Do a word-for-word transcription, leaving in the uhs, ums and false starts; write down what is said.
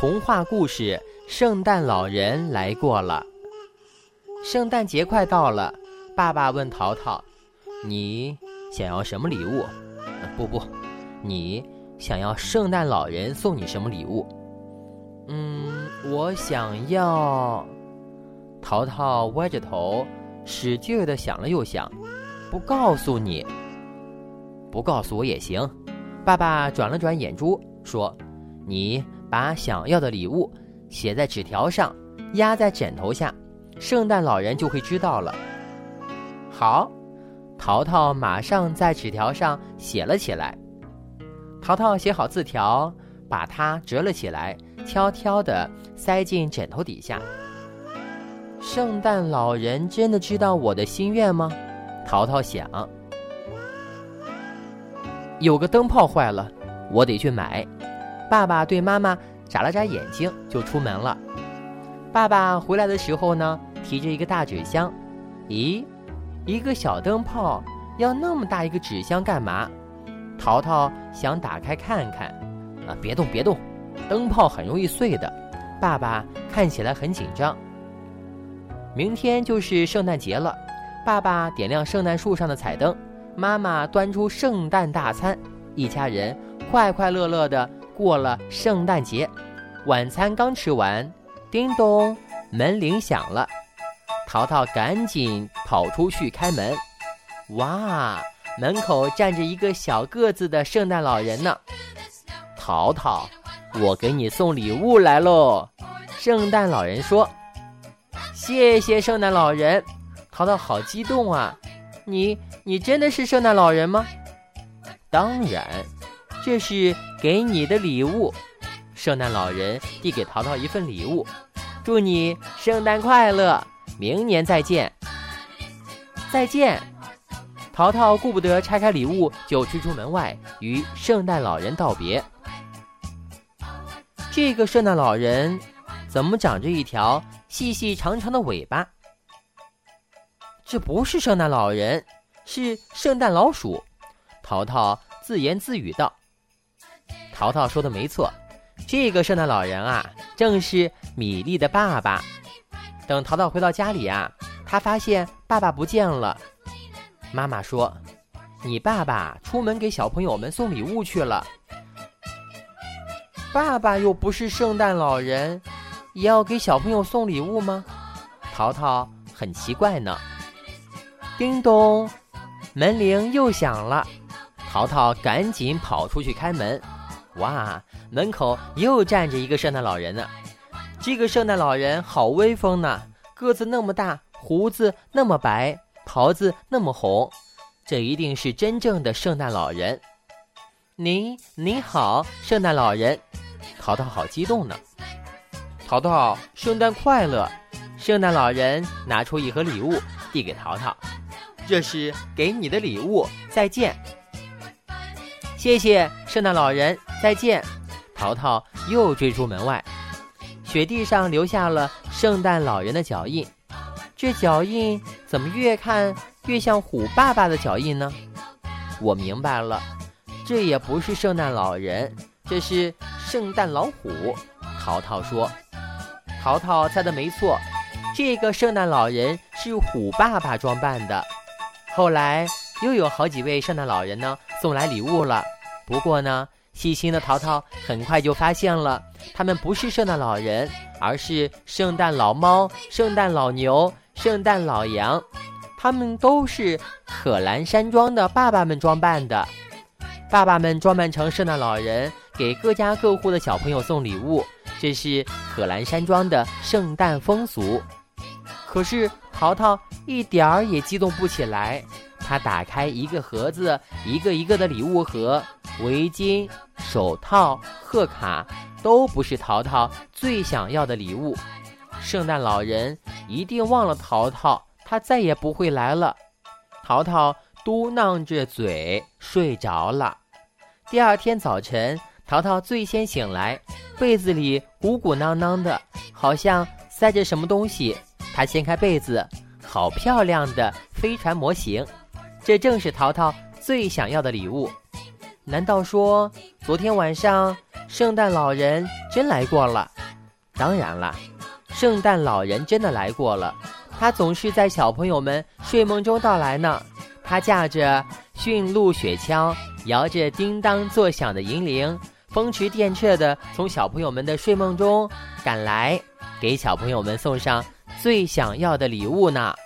童话故事《圣诞老人来过了》。圣诞节快到了，爸爸问淘淘：“你想要什么礼物？”“不不，你想要圣诞老人送你什么礼物？”“嗯，我想要……”淘淘歪着头，使劲地想了又想，“不告诉你。”“不告诉我也行。”爸爸转了转眼珠，说：“你把想要的礼物写在纸条上，压在枕头下，圣诞老人就会知道了。”好，淘淘马上在纸条上写了起来。淘淘写好字条，把它折了起来，悄悄地塞进枕头底下。圣诞老人真的知道我的心愿吗？淘淘想。有个灯泡坏了，我得去买。爸爸对妈妈眨了眨眼睛，就出门了。爸爸回来的时候呢，提着一个大纸箱。咦，一个小灯泡要那么大一个纸箱干嘛？淘淘想打开看看。啊，别动别动，灯泡很容易碎的。爸爸看起来很紧张。明天就是圣诞节了，爸爸点亮圣诞树上的彩灯，妈妈端出圣诞大餐，一家人快快乐乐地过了圣诞节。晚餐刚吃完，叮咚，门铃响了。淘淘赶紧跑出去开门。哇，门口站着一个小个子的圣诞老人呢。淘淘，我给你送礼物来喽。圣诞老人说。谢谢圣诞老人。淘淘好激动啊。你你真的是圣诞老人吗？当然，这是给你的礼物。圣诞老人递给淘淘一份礼物，祝你圣诞快乐，明年再见。再见。淘淘顾不得拆开礼物，就追出门外，与圣诞老人道别。这个圣诞老人怎么长着一条细细长长的尾巴？这不是圣诞老人，是圣诞老鼠。淘淘自言自语道。淘淘说的没错，这个圣诞老人啊，正是米莉的爸爸。等淘淘回到家里啊，他发现爸爸不见了。妈妈说：“你爸爸出门给小朋友们送礼物去了。”爸爸又不是圣诞老人，也要给小朋友送礼物吗？淘淘很奇怪呢。叮咚，门铃又响了。淘淘赶紧跑出去开门。哇，门口又站着一个圣诞老人呢。这个圣诞老人好威风呢，个子那么大，胡子那么白，袍子那么红，这一定是真正的圣诞老人。您您好，圣诞老人。淘淘好激动呢。淘淘，圣诞快乐。圣诞老人拿出一盒礼物递给淘淘，这是给你的礼物，再见。谢谢圣诞老人，再见。淘淘又追出门外，雪地上留下了圣诞老人的脚印。这脚印怎么越看越像虎爸爸的脚印呢？我明白了，这也不是圣诞老人，这是圣诞老虎。淘淘说。淘淘猜得没错，这个圣诞老人是虎爸爸装扮的。后来又有好几位圣诞老人呢送来礼物了，不过呢，细心的淘淘很快就发现了，他们不是圣诞老人，而是圣诞老猫、圣诞老牛、圣诞老羊，他们都是可兰山庄的爸爸们装扮的。爸爸们装扮成圣诞老人，给各家各户的小朋友送礼物，这是可兰山庄的圣诞风俗。可是淘淘一点儿也激动不起来，他打开一个盒子，一个一个的礼物盒，围巾、手套、贺卡，都不是淘淘最想要的礼物。圣诞老人一定忘了淘淘，他再也不会来了。淘淘嘟囔着嘴睡着了。第二天早晨，淘淘最先醒来，被子里鼓鼓囊囊的，好像塞着什么东西。他掀开被子，好漂亮的飞船模型，这正是淘淘最想要的礼物。难道说昨天晚上圣诞老人真来过了？ 当然了，圣诞老人真的来过了，他总是在小朋友们睡梦中到来呢。他驾着驯鹿雪橇，摇着叮当作响的银铃，风驰电掣地从小朋友们的睡梦中赶来，给小朋友们送上最想要的礼物呢。